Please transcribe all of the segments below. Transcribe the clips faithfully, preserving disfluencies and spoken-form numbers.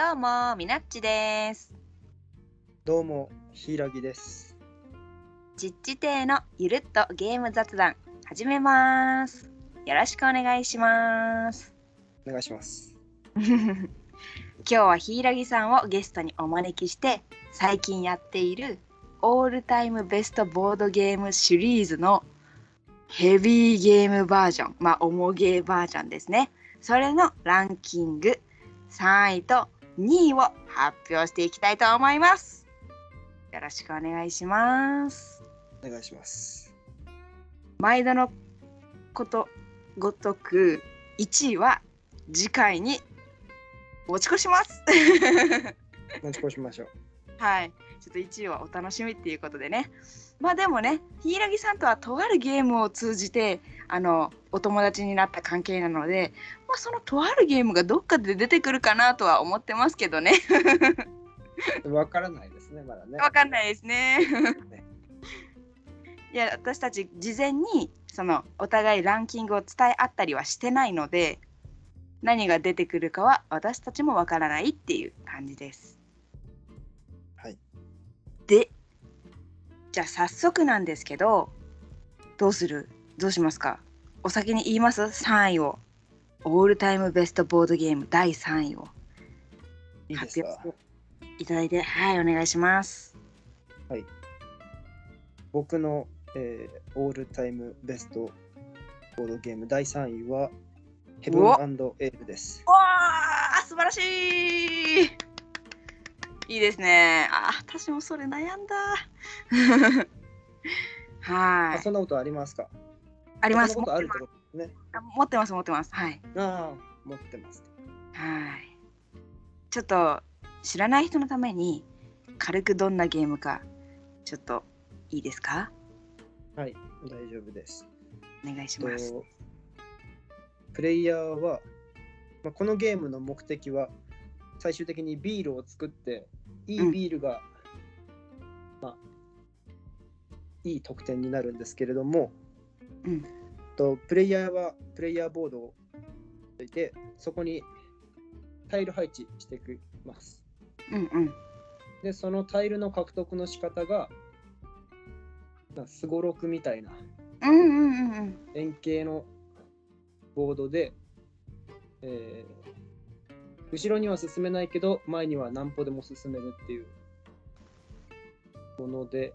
どうもみなっちです。 どうも柊です。 ちっち亭のゆるっとゲーム雑談始めます。よろしくお願いします。 お願いします。 今日は柊さんをゲストにお招きして最近やっているオールタイムベストボードゲームシリーズのヘビーゲームバージョン、まあ重ゲーバージョンですね。それのランキングさんいとにいを発表していきたいと思います。よろしくお願いします。 お願いします。 毎度のことごとくいちいは次回に持ち越します持ち越しましょう。 はい、ちょっといちいはお楽しみっていうことでね。まあでもね、柊さんとはとあるゲームを通じてあのお友達になった関係なので、まあ、そのとあるゲームがどっかで出てくるかなとは思ってますけどねわからないですね、まだね。 わかんないですねいや、私たち事前にそのお互いランキングを伝え合ったりはしてないので、何が出てくるかは私たちもわからないっていう感じです。 はい。 で、じゃあ早速なんですけど、どうするどうしますか？お先に言います？ さん 位を。オールタイムベストボードゲームだいさんいをいいですか？ 発表していただいて、はい、お願いします。 はい。僕の、えー、オールタイムベストボードゲームだいさんいはヘブン&エールです。 わー、素晴らしい。いいですね。あ、私もそれ悩んだはい。 そんなことありますか？ あります。 そんなことあるってことですね。 持ってます持ってます。はい。 ああ、持ってます。 はい。ちょっと知らない人のために軽くどんなゲームかちょっといいですか？ はい、大丈夫です。 お願いします。 プレイヤーは、まあ、このゲームの目的は最終的にビールを作っていいビールが、うん、まあ、いい得点になるんですけれども、うん、とプレイヤーはプレイヤーボードを置いてそこにタイル配置していきます。 うんうん、 でそのタイルの獲得の仕方がすごろくみたいな円形のボードで、えー、後ろには進めないけど前には何歩でも進めるっていうもので、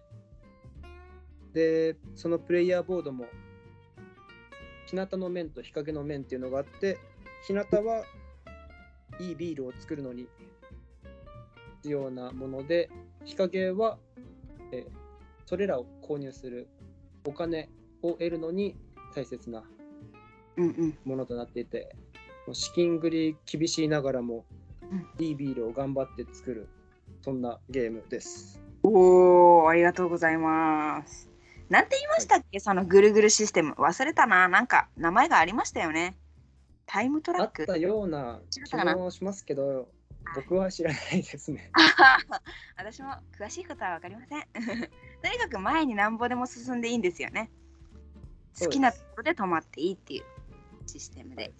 でそのプレイヤーボードも日向の面と日陰の面っていうのがあって、日向はいいビールを作るのに必要なもので、日陰は、えー、それらを購入するお金を得るのに大切なものとなっていて、うんうん、資金繰り厳しいながらも、うん、いいビールを頑張って作る、そんなゲームです。 おー、ありがとうございます。なんて言いましたっけ、はい、そのぐるぐるシステム忘れたな。なんか名前がありましたよね。タイムトラックあったような気もしますけど、僕は知らないですね私も詳しいことは分かりませんとにかく前になんぼでも進んでいいんですよね。好きなところで止まっていいっていうシステムで、はい、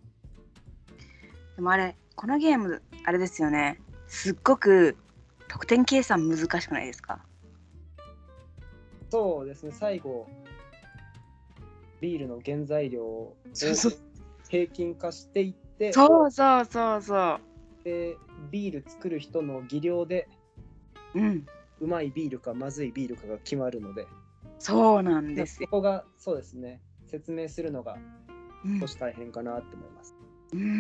でもあれ、このゲームあれですよね、すっごく得点計算難しくないですか？ そうですね、最後ビールの原材料を平均化していって、 そうそうそうそうでビール作る人の技量で、うん、うまいビールかまずいビールかが決まるので、 そうなんですよ。 そこがそうですね、説明するのが少し大変かなと思います。 うん、うん、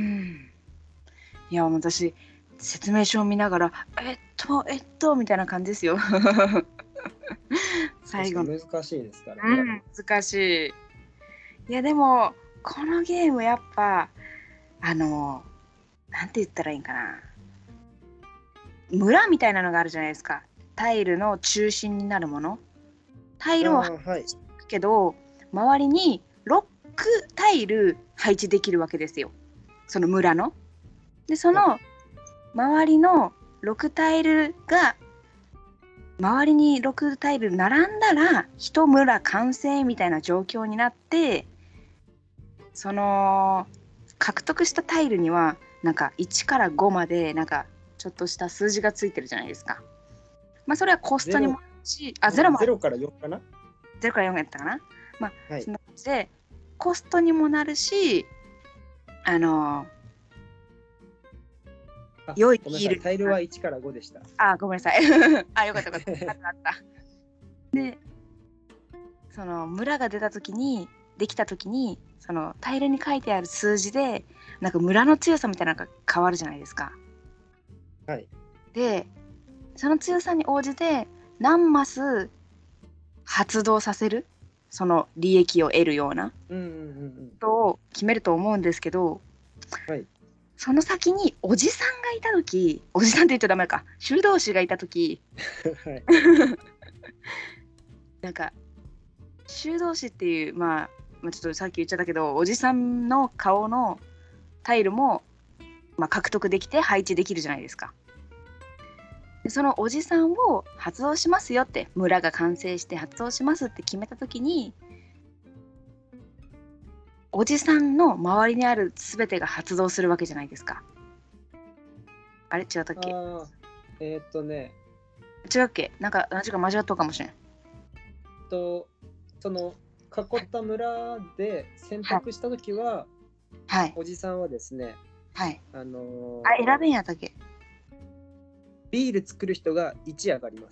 いや私説明書を見ながらえっとえっとみたいな感じですよ最後難しいですからね、 うん、難しい。いやでもこのゲームやっぱあのなんて言ったらいいんかな、村みたいなのがあるじゃないですか。タイルの中心になるもの、タイルを配置してるけど、はい、周りにろくタイル配置できるわけですよ、その村の。でその周りのろくタイルが周りにろくタイル並んだら一村完成みたいな状況になって、その獲得したタイルにはなんかいちからごまでなんかちょっとした数字がついてるじゃないですか。まあそれはコストにもあるし、あ、ゼロもある。 ゼロからよんかな。 ゼロからよんやったかな。まあ、 はいそんな感じでコストにもなるし、あのあ良いごめんなさい、 ビール。 タイルはいちからごでした。 あ、ごめんなさい。あ、よかったよかった。あったあった。で、その村が出た時に、できた時に、そのタイルに書いてある数字で、なんか村の強さみたいなのが変わるじゃないですか。 はい。 で、その強さに応じて何マス発動させる、その利益を得るようなうんうんうんことを決めると思うんですけど、 うん。はい。 その先におじさんがいた時、おじさんって言っちゃダメか、修道士がいた時、 はい。 なんか修道士っていう、まあ、まあ、ちょっとさっき言っちゃったけど、おじさんの顔のタイルも、まあ、獲得できて配置できるじゃないですか。でそのおじさんを発動しますよって、村が完成して発動しますって決めた時に、おじさんの周りにある全てが発動するわけじゃないですか。あれ違ったっけ？ ああ、えーっとね、 違うっけ？なんか何時か間違ったかもしれん。 とその囲った村で選択したときは、 はい。 おじさんはですね、 はい。 あのーあ、選べんやったっけ？ ビール作る人がいち上がります。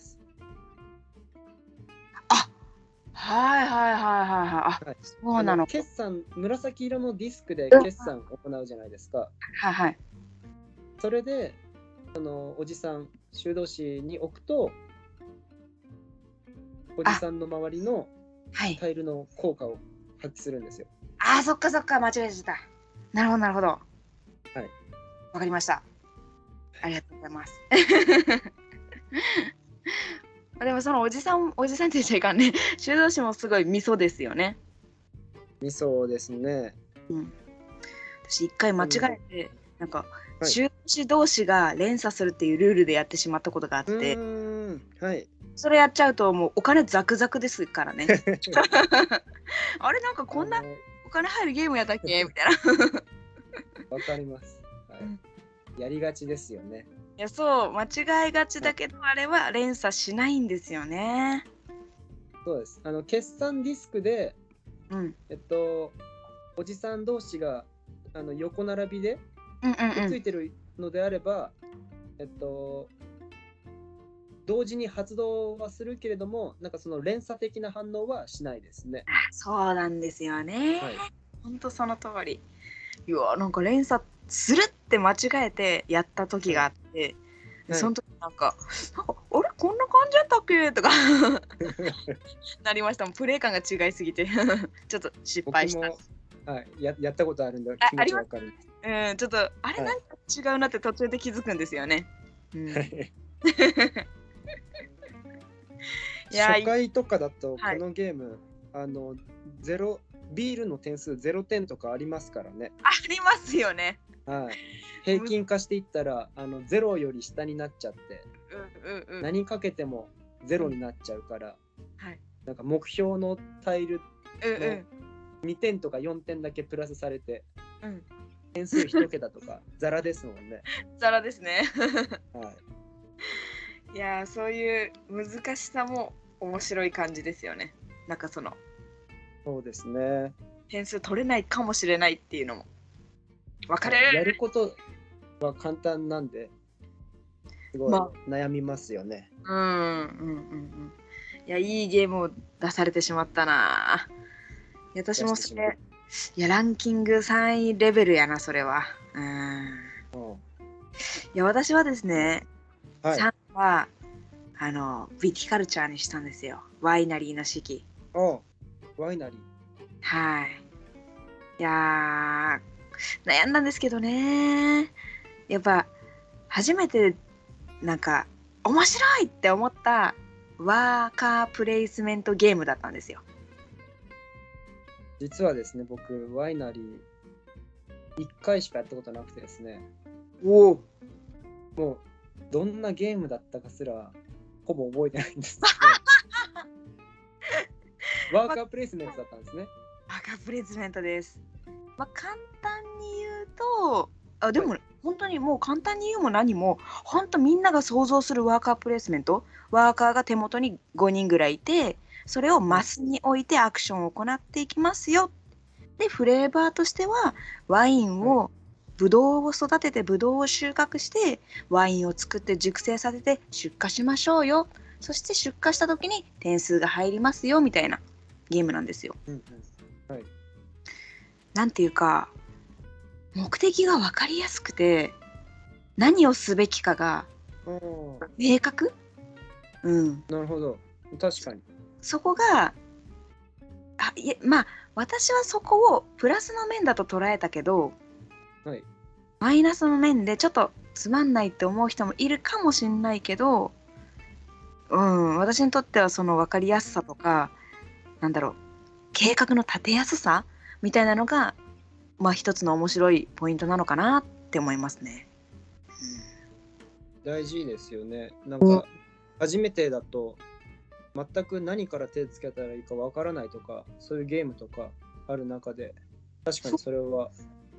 あ、はいはいはいはいはい。あ、 はい、 そうなの。 あの決算、紫色のディスクで決算を行うじゃないですか。 はいはい。 それで、そのおじさん、修道士に置くと、おじさんの周りのはい。 タイルの効果を発揮するんですよ。 あー、そっかそっか、間違えてた。なるほどなるほど。 はい。 わかりました。ありがとうございます。でもそのおじさん、おじさんって言っちゃいかんね。修道士もすごい味噌ですよね。 味噌ですね。 うん。私一回間違えて、なんか、 はい修道士同士が連鎖するっていうルールでやってしまったことがあっうて、 ーん、はい。 それやっちゃうともうお金ザクザクですからね。あれなんかこんなあのお金入るゲームやったっけみたいな。 わかります、はいうんやりがちですよね。 いやそう間違いがちだけど、あれは連鎖しないんですよね。 そうです。あの決算ディスクで、 うんえっと、おじさん同士があの横並びでうんうんくっうん。 ついてるのであれば、えっと、同時に発動はするけれども、なんかその連鎖的な反応はしないですね。 そうなんですよね。 はい。 ほんとその通り。いやなんか連鎖するって間違えてやった時があって、 はいその時なんか、なんかあれこんな感じやったっけとかなりました。もうプレイ感が違いすぎてちょっと失僕敗した。 も、はい、ややったことあるんであ気持ちわかる。 うん、ちょっとあれはいなんか違うなって途中で気づくんですよね。うん、 はいいや初回とかだとこはいのゲーム、あのゼロビールの点数ゼロてんとかありますからね。 ありますよね。 はい、平均化していったらあのゼロより下になっちゃってうんうんうん。 何かけてもゼロになっちゃうから、 はい。 なんか目標のタイルうんうんにてんとかよんてんだけプラスされてうん。 点数いち桁とかザラですもんね。 ザラですね。 はいいやーそういう難しさも面白い感じですよね。なんかそのそうですね。 点数取れないかもしれないっていうのも分かる。 やることは簡単なんですごいま悩みますよね。 うんうんうんうん。いやいいゲームを出されてしまったな。いや私もそれいやランキングさんいレベルやなそれは。うん。 うんいや私はですね、 はい。 さんはあのビティカルチャーにしたんですよ。ワイナリーの四季。 あワイナリー。 はい。いやー悩んだんですけどね。やっぱ初めてなんか面白いって思ったワーカープレイスメントゲームだったんですよ。 実はですね、僕、ワイナリーいっかいしかやったことなくてですね、 おお。 もうどんなゲームだったかすらほぼ覚えてないんですけど、ワーカープレイスメントだったんですね。 ワーカープレイスメントです。まあ簡単に言うと、 あでも、はい、本当にもう簡単に言うも何も本当みんなが想像するワーカープレイスメント、ワーカーが手元にごにんぐらいいて、それをマスに置いてアクションを行っていきますよ。でフレーバーとしてはワインを、はい、ブドウを育ててブドウを収穫してワインを作って熟成させて出荷しましょうよ。そして出荷した時に点数が入りますよみたいなゲームなんですよ。 うんうん、はい、 なんていうか目的が分かりやすくて何をすべきかが明確、うん、 なるほど、確かにそこがあいえまあ私はそこをプラスの面だと捉えたけど、 はい、 マイナスの面でちょっとつまんないって思う人もいるかもしれないけど、うん、私にとってはその分かりやすさとかなんだろう計画の立てやすさみたいなのがまあ一つの面白いポイントなのかなって思いますね。 うん、大事ですよね。なんか初めてだと全く何から手つけたらいいかわからないとかそういうゲームとかある中で確かにそれは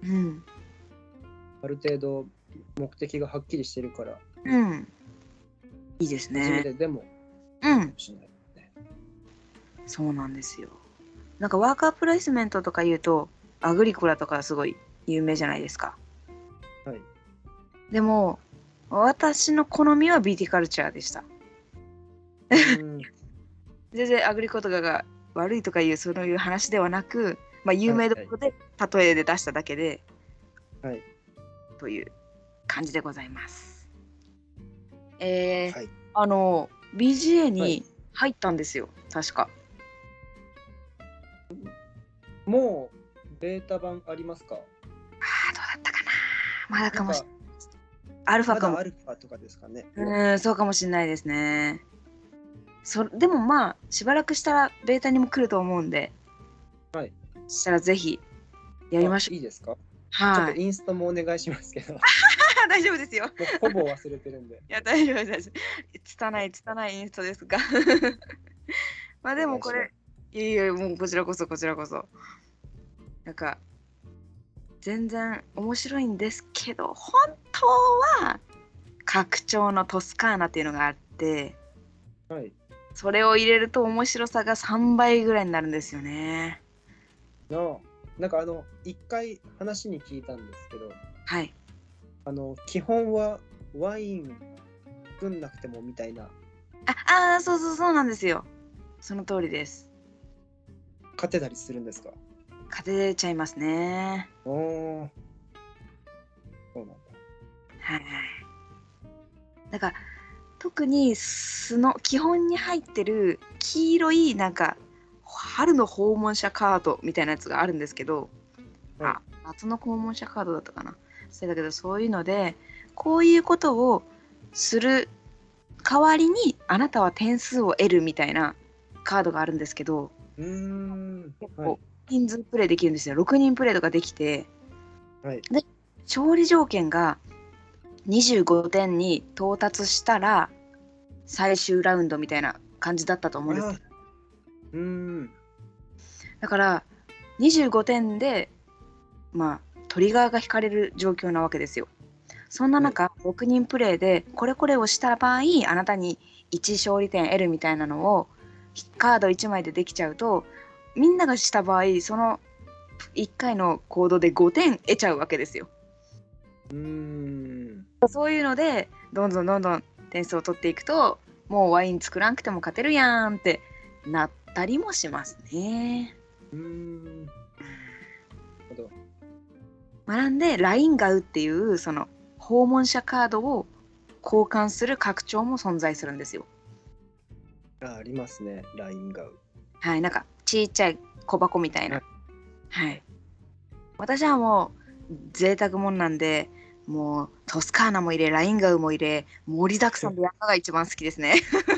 ある程度目的がはっきりしてるから、 うん、いいですね。 初めてでもうんしない、ね、そうなんですよ。なんかワーカープレイスメントとか言うとアグリコラとかすごい有名じゃないですか。 はい。 でも私の好みはビーティカルチャーでした。うん全然アグリコとかが悪いとかいうそういう話ではなく、まあ、有名どころで例えで出しただけで、 はい、 という感じでございます。えーはい、 あの ビージーエー に入ったんですよ、はい、確か。 もうベータ版ありますか？ああ、 どうだったかな。まだかもしれない。アルファかも。 まだアルファとかですかね。 うん、そうかもしれないですね。そでもまあしばらくしたらベータにも来ると思うんで、 はい。 そしたらぜひやりましょう。 いいですか？ はい。 ちょっとインスタもお願いしますけど。 大丈夫ですよ。 もうほぼ忘れてるんで。 いや大丈夫です。拙い拙いインスタですが。まあでもこれいやいやもうこちらこそこちらこそ。なんか全然面白いんですけど本当は拡張のトスカーナっていうのがあって、 はい、 それを入れると面白さがさんばいぐらいになるんですよね。 のなんかあの一回話に聞いたんですけど、 はい、 あの基本はワイン作んなくてもみたいな。 ああそうそうそうなんですよ。その通りです。 勝てたりするんですか？ 勝てちゃいますね。 おお、そうなんだ。 はい。だから特に素の基本に入ってる黄色いなんか春の訪問者カードみたいなやつがあるんですけど、はい、あ夏の訪問者カードだったかな。そうだけどそういうのでこういうことをする代わりにあなたは点数を得るみたいなカードがあるんですけど、 うーん、 結構人数プレイできるんですよ。ろくにんプレイとかできて、 はい、 で勝利条件がにじゅうごてんに到達したら最終ラウンドみたいな感じだったと思うんですけど、 うーんだからにじゅうごてんでまあトリガーが引かれる状況なわけですよ。そんな中、はい、ろくにんプレイでこれこれをした場合あなたにいち勝利点得るみたいなのをカードいちまいでできちゃうとみんながした場合そのいっかいの行動でごてん得ちゃうわけですよ。 うーんそういうのでどんどんどんどん点数を取っていくともうワイン作らなくても勝てるやんってなったりもしますね。 うーんなるほど。 学んでラインガウっていうその訪問者カードを交換する拡張も存在するんですよ。 あ、ありますね、ラインガウ。 はい、なんかちっちゃい小箱みたいな。はい、はい、私はもう贅沢もんなんでもうトスカーナも入れラインガウも入れ盛りだくさんでやるのが一番好きですね。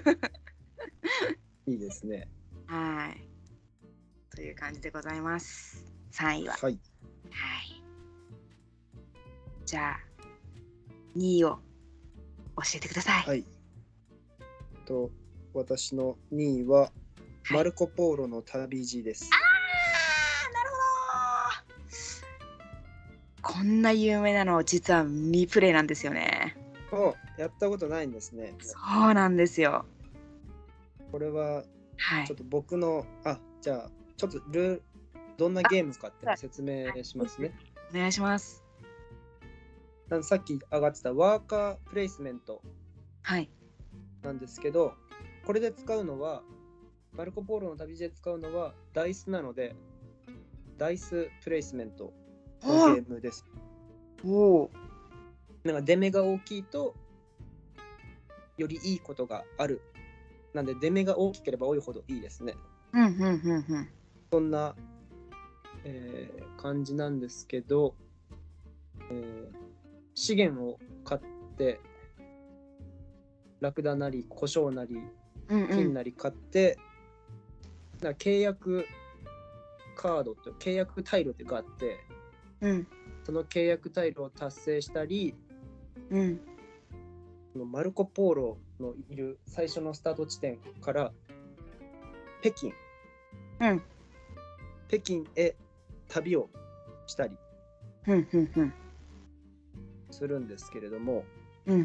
いいですね。 はい、という感じでございます。さんいは。 はい。 はい。じゃあにいを教えてください。 はい。と私のにいは、はい、マルコ・ポーロの旅路です。 あー、なるほこんな有名なの実はミプレイなんですよね。 お、やったことないんですね。 そうなんですよ。 これははい。 ちょっと僕の、あ、じゃあちょっとルール、どんなゲームかっていうのを説明しますね。 お願いします。 なんさっき上がってたワーカープレイスメントはい。 なんですけど、これで使うのは、マルコ・ポーロの旅で使うのはダイスなので、ダイスプレイスメントのゲームです。 おお。 なんか出目が大きいとよりいいことがある。なんで出目が大きければ多いほどいいですね。 うんうんうんうん。 そんな、えー感じなんですけど、えー資源を買ってラクダなり胡椒なりうんうん金なり買って、なんか契約カードと契約タイルってがあって、 うんその契約タイルを達成したり、 うんそのマルコ・ポーロのいる最初のスタート地点から北京うん北京へ旅をしたりうんうんうんするんですけれども、 うん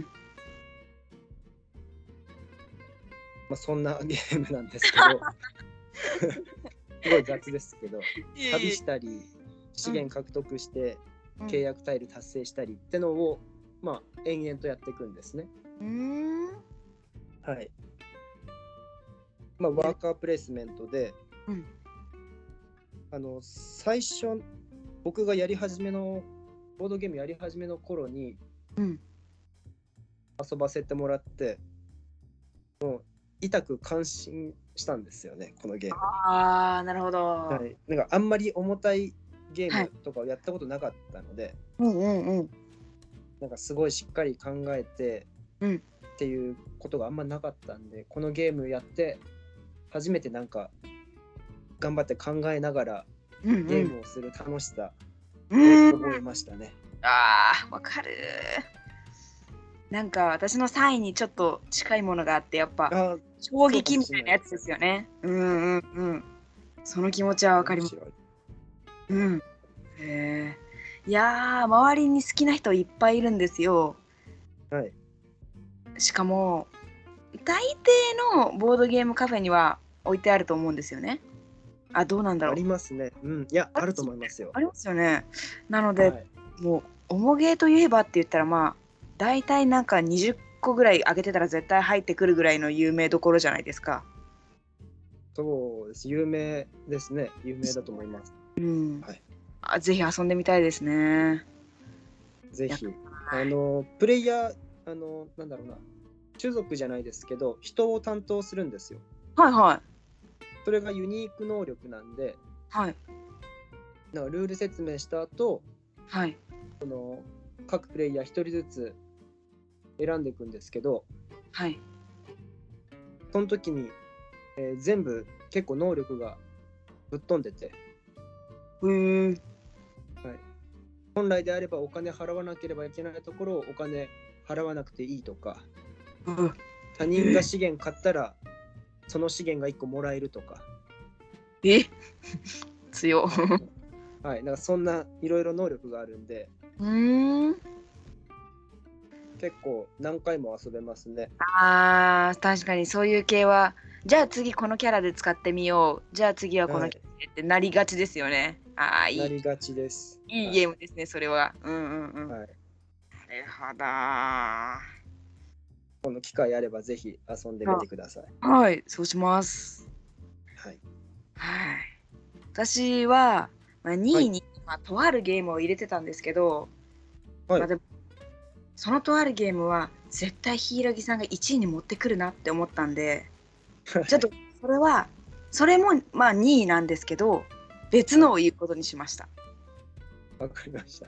まあ、そんなゲームなんですけどすごい雑ですけど、旅したり資源獲得して契約タイル達成したりってのを、まあ、延々とやっていくんですね。 うーんはい。まあ、ワーカープレイスメントで、 うんあの最初僕がやり始めのボードゲームやり始めの頃にうん遊ばせてもらって、もう痛く感心したんですよね、このゲーム。 ああ、なるほど。 は。 はいなんかあんまり重たいゲーい。 ムとかをやったことなかったので、 うんうんうんなんかすごいしっかり考えてうんっていうことがあんまなかったんで、このゲームやって初めてなんか頑張って考えながらうんうんゲームをする楽しさをうん覚えましたね。 ああ、わかる。なんか私のサインにちょっと近いものがあって、やっぱあ、 衝撃みたいなやつですよね。うんうんうん。その気持ちはわかります。うん。へえ。いやー、周りに好きな人いっぱいいるんですよ。 はい。 しかも、大抵のボードゲームカフェには置いてあると思うんですよね。あ、どうなんだろう。 ありますね。うん。いや、 ああると思いますよ。 ありますよね。なので、 はい。 もう、おもげといえばって言ったら、まあ、大体なんかにじゅっこぐらいあげてたら絶対入ってくるぐらいの有名どころじゃないですか。 そうです。有名ですね。有名だと思います。 うん。 はい。 あ、ぜひ遊んでみたいですね。 ぜひ。 やあの、プレイヤー、あの、なんだろうな。種族じゃないですけど、人を担当するんですよ。 はいはい。 それがユニーク能力なんで、 はい。 なんかルール説明した後、 はい。 その各プレイヤー一人ずつ選んでいくんですけど、 はい。 その時に、えー全部結構能力がぶっ飛んでて、 うーん。 はい、本来であればお金払わなければいけないところをお金払わなくていいとか、 うん。 他人が資源買ったらその資源がいっこもらえるとか、 え強。 はい、なんかそんないろいろ能力があるんで、 うーん。 結構何回も遊べますね。 あー、確かにそういう系は、じゃあ次このキャラで使ってみよう。じゃあ次はこのキャラでってなりがちですよね。あー、いい。 なりがちです。 いいゲームですね、それは。うんうんうん。 はい、 なるほど。はこの機会あればぜひ遊んでみてください。 い、そうします。 はい。 はい。私は、まあ、にいに、まあ、とあるゲームを入れてたんですけど、 はい。 まあ、でもそのとあるゲームは絶対柊さんがいちいに持ってくるなって思ったんで、ちょっとそれは、それもまあにいなんですけど、別のを言うことにしました。 わかりました。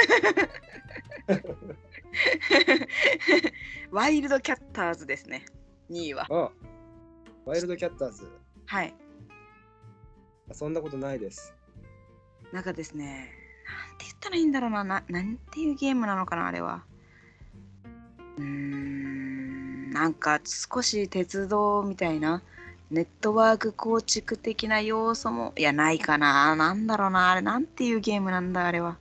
ワイルドキャッターズですね、にいは。 あ、ワイルドキャッターズ。 はい。 そんなことないです。 なんかですね、なんて言ったらいいんだろうな、ななんていうゲームなのかな、あれは。うーん、なんか少し鉄道みたいな、ネットワーク構築的な要素も、いや、ないかな。なんだろうな、あれ、なんていうゲームなんだ、あれは。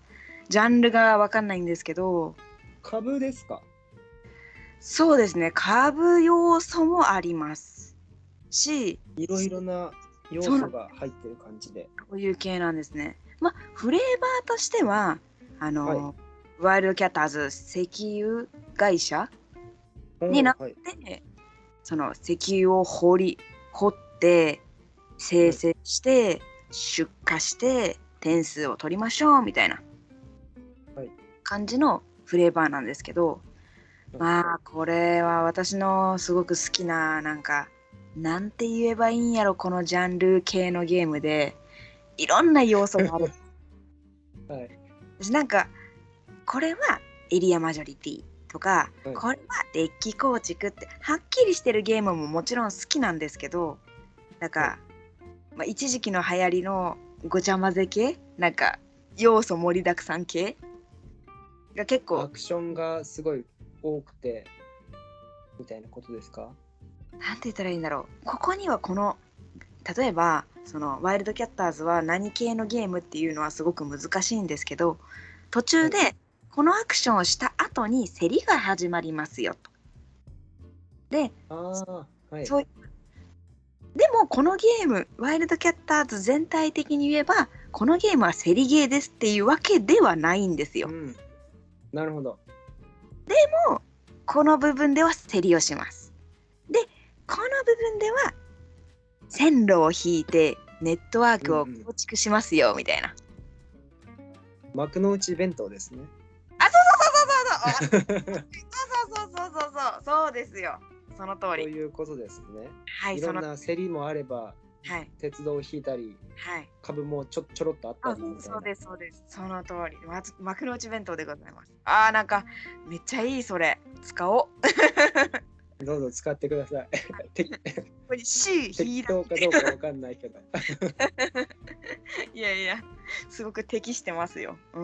ジャンルがわかんないんですけど、 株ですか？ そうですね、株要素もありますし、 いろいろな要そうなん素が入ってる感じで。 こういう系なんですね。まあフレーバーとしてはあの、 はい。 ワイルドキャッターズ石油会社おになっーはい。 て、その石油を掘り掘って生成して出荷して点数を取りましょうみたいなはい。 感じのフレーバーなんですけど、まあこれは私のすごく好きな、なんかなんて言えばいいんやろ、このジャンル系のゲームでいろんな要素がある。 はい。 私なんかこれはエリアマジョリティとか、 はいこれはデッキ構築ってはっきりしてるゲームももちろん好きなんですけど、なんか、 はいまあ、一時期の流行りのごちゃ混ぜ系、なんか要素盛りだくさん系が結構、 アクションがすごい多くてみたいなことですか？ なんて言ったらいいんだろう、ここにはこの例えばそのワイルドキャッターズは何系のゲームっていうのはすごく難しいんですけど、途中ではこのアクションをした後に競りが始まりますよと。で、 ああ、はい。 そうでもこのゲームワイルドキャッターズ全体的に言えばこのゲームは競りゲーですっていうわけではないんですよ。 うん。なるほど。 もうこの部分では競りをします。でこの部分では線路を引いてネットワークを構築しますよ、みたいな。 幕の内弁当ですね。 あ、そうそうそうそうそうそうそうそうそうそうそうそうですよ。その通そうり。 いうことですね。 はい、 いろんそのな競りもあれば、 はい鉄道を引いたり、 はい。 株もちょちょろっとあったあ、 りみたいな。 そうですそうです。その通り。まず幕の内弁当でございます。あー、なんかめっちゃいい、それ使おう。 どうぞ使ってください。てこれ C 引適いた。 当かどうかわかんないけど。 いやいや、すごく適してますよ。うん。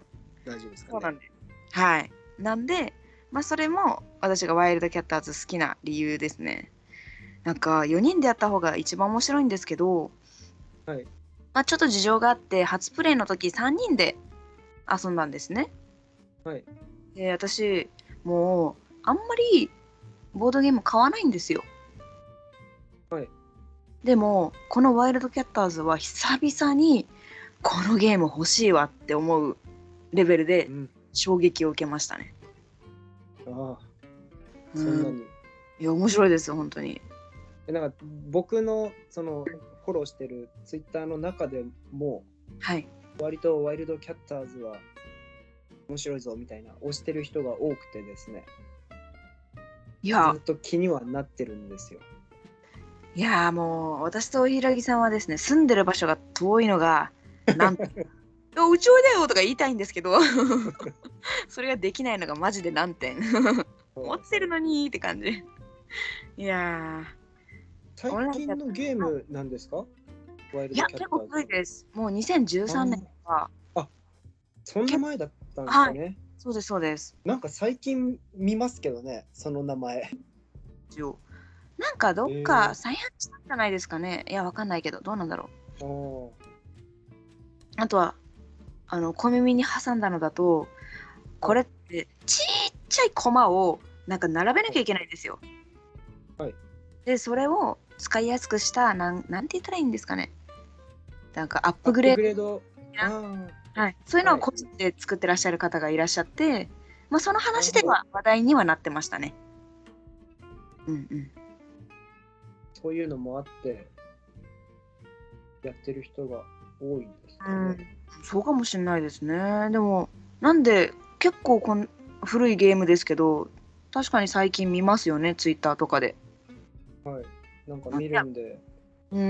大丈夫ですかね。 そうなんです。はい。なんで、まあそれも私がワイルドキャッターズ好きな理由ですね。なんかよにんでやった方が一番面白いんですけど、 はい。 まあ、ちょっと事情があって初プレイの時さんにんで遊んだんですね。 はい。 で私もうあんまりボードゲーム買わないんですよ。 はい。 でもこのワイルドキャッターズは久々にこのゲーム欲しいわって思うレベルでうん。 衝撃を受けましたね。 ああ、 うんそんなに。 いや面白いですよ本当に。 えなんか僕のそのフォローしてるツイッターの中でもはい。 割とワイルドキャッターズは面白いぞみたいな推してる人が多くてですね、 いやずっと気にはなってるんですよ。 いやもう私と平木さんはですね、住んでる場所が遠いのがなんいやうちおいだよとか言いたいんですけどそれができないのがマジで難点持ってるのにって感じ。いや最近のゲームなんですか？ワイルいやドキャッターズ。 結構古いです。もうにせんじゅうさんねんとか。 あ、そんな前だったんですかね。はい、 そうですそうです。 なんか最近見ますけどね、その名前。 なんかどっか再販したんじゃないですかね。いやわかんないけどどうなんだろう。あとはあの小耳に挟んだのだと、これってちっちゃいコマをなんか並べなきゃいけないんですよ。 はい。 でそれを使いやすくしたなんなんて言ったらいいんですかね。なんかアップグレード、はい、そういうのをこっちで作ってらっしゃる方がいらっしゃって、まあ、その話では話題にはなってましたね。うんうん。 そういうのもあってやってる人が多いんですかね。 うん、そうかもしれないですね。でもなんで結構こん古いゲームですけど確かに最近見ますよね、ツイッターとかで。 はい、なんか見るんで。 うん。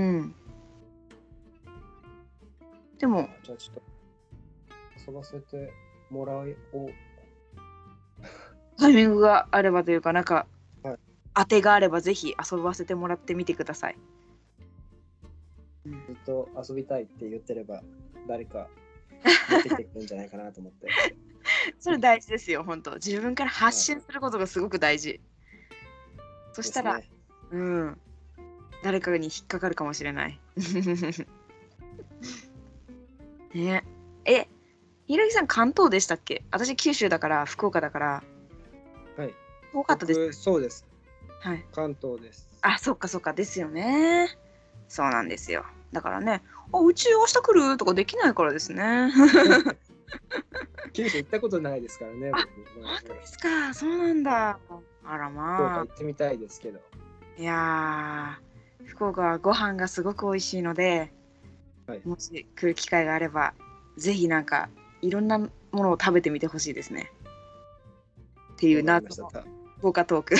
でもじゃあちょっと遊ばせてもらおう。 タイミングがあればというか、なんか、 はい、 当てがあればぜひ遊ばせてもらってみてください。 ずっと遊びたいって言ってれば誰か持ってきてくるんじゃないかなと思って。 それ大事ですよ、本当。自分から発信することがすごく大事。はい、そしたら、ね、うん、誰かに引っかかるかもしれない。ね、え、 ひろゆきさん関東でしたっけ？私九州だから福岡だからはい。 多かったです。 僕そうです。 はい。 関東です。 あ、そっかそっかですよね。そうなんですよ。だからね、あ、うち明日来るとかできないからですね。 九州行ったことないですからね、僕。 本当ですか。そうなんだ。あら福まあ。 岡行ってみたいですけど。 いやー、福岡はご飯がすごく美味しいので、 はい。 もし来る機会があれば、ぜひなんかいろんなものを食べてみてほしいですね。っていうわかりました。 謎のた豪華トーク。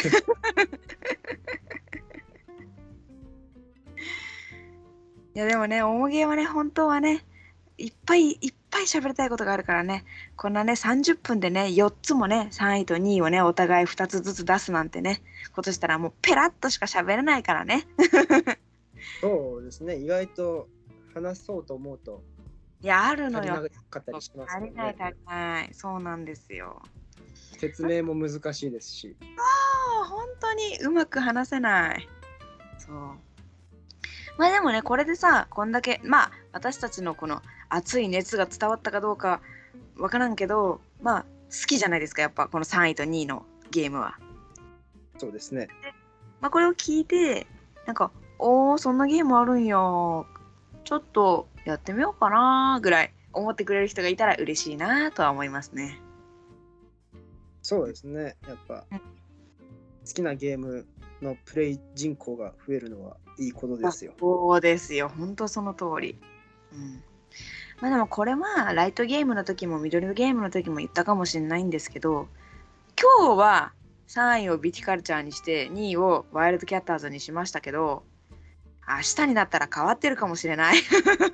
いやでもね、おもげはね、本当はね、いっぱいいっぱい喋りたいことがあるからね、こんなね、さんじゅっぷんでね、よっつもね、さんいとにいをね、お互いふたつずつ出すなんてね、ことしたらもうペラッとしか喋れないからね。 そうですね。意外と話そうと思うといや、あるのよ。 足りなかったりします足もんね。 りない足りない。そうなんですよ。 説明も難しいですし。 そう、本当にうまく話せない。そう。まあでもね、これでさ、こんだけ、まあ私たちのこの熱い熱が伝わったかどうかわからんけど、まあ好きじゃないですか、やっぱこのさんいとにいのゲームは。 そうですね。 まあこれを聞いて、なんか、おー、そんなゲームあるんや。ちょっとやってみようかなぐらい思ってくれる人がいたら嬉しいなとは思いますね。 そうですね。やっぱうん、 好きなゲームのプレイ人口が増えるのはいいことですよ。 そうですよ、本当その通り。うん。まあでもこれはライトゲームの時もミドルゲームの時も言ったかもしれないんですけど、今日はさんいをビティカルチャーにしてにいをワイルドキャッターズにしましたけど、明日になったら変わってるかもしれない。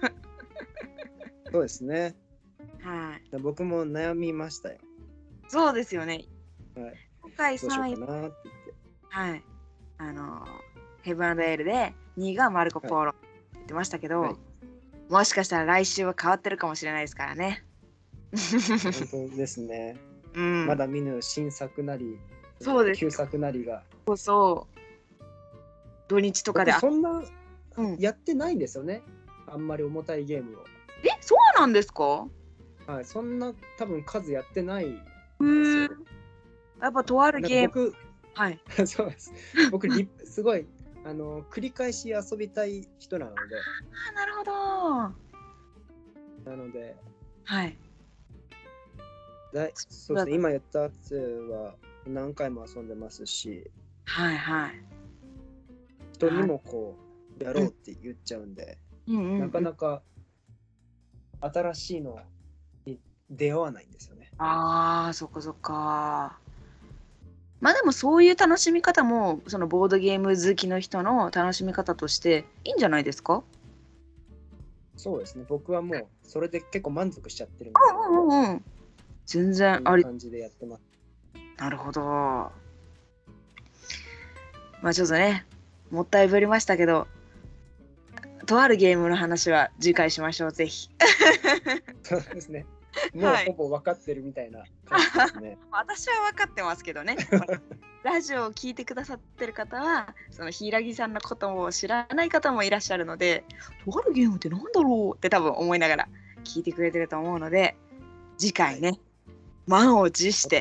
そうですね。 はい。 僕も悩みましたよ。 そうですよね。 はい。 今回どうしよさんい、 うかなって言って。 はい。あの、ヘブンエールでにいがマルコ・ポーロって言ってましたけど、 はい、 もしかしたら来週は変わってるかもしれないですからね。 本当ですね。 うん、 まだ見ぬ新作なり、 そうです旧作なりが。 そうそう。土日とかで。 僕そんなうん、 やってないんですよね。あんまり重たいゲームを。 え、そうなんですか？ はい、そんな多分数やってないんですうん。 よ。 やっぱとあるゲーム。 僕、 はい。 そうです。僕リ、すごいあの繰り返し遊びたい人なので。 あ、なるほど。はなので、 い。 だいそうですね、今言ったやつは何回も遊んでますし、 はいはい。 人にもこうやろうって言っちゃうんで、 うんうんうん、 なかなか新しいのに出会わないんですよね。 ああ、そっかそっか。まあでもそういう楽しみ方もそのボードゲーム好きの人の楽しみ方としていいんじゃないですか？ そうですね、僕はもうそれで結構満足しちゃってるんで、 うんうんうん。全然こんあり。 な感じでやってます。 なるほど。まあちょっとね、もったいぶりましたけど、とあるゲームの話は次回しましょう、ぜひ。 そうですね。もうほぼ分かってるみたいな感じですね。 私は分かってますけどね。ラジオを聞いてくださってる方は、その柊さんのことを知らない方もいらっしゃるので、とあるゲームってなんだろうって多分思いながら聞いてくれてると思うので、次回ね、はい、満を持して。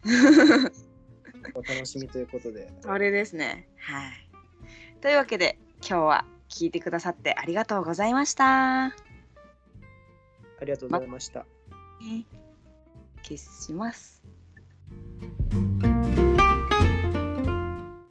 お楽しみということで。 それですね。はい。というわけで、今日は聞いてくださってありがとうございました。 ありがとうございました。 ま、消します。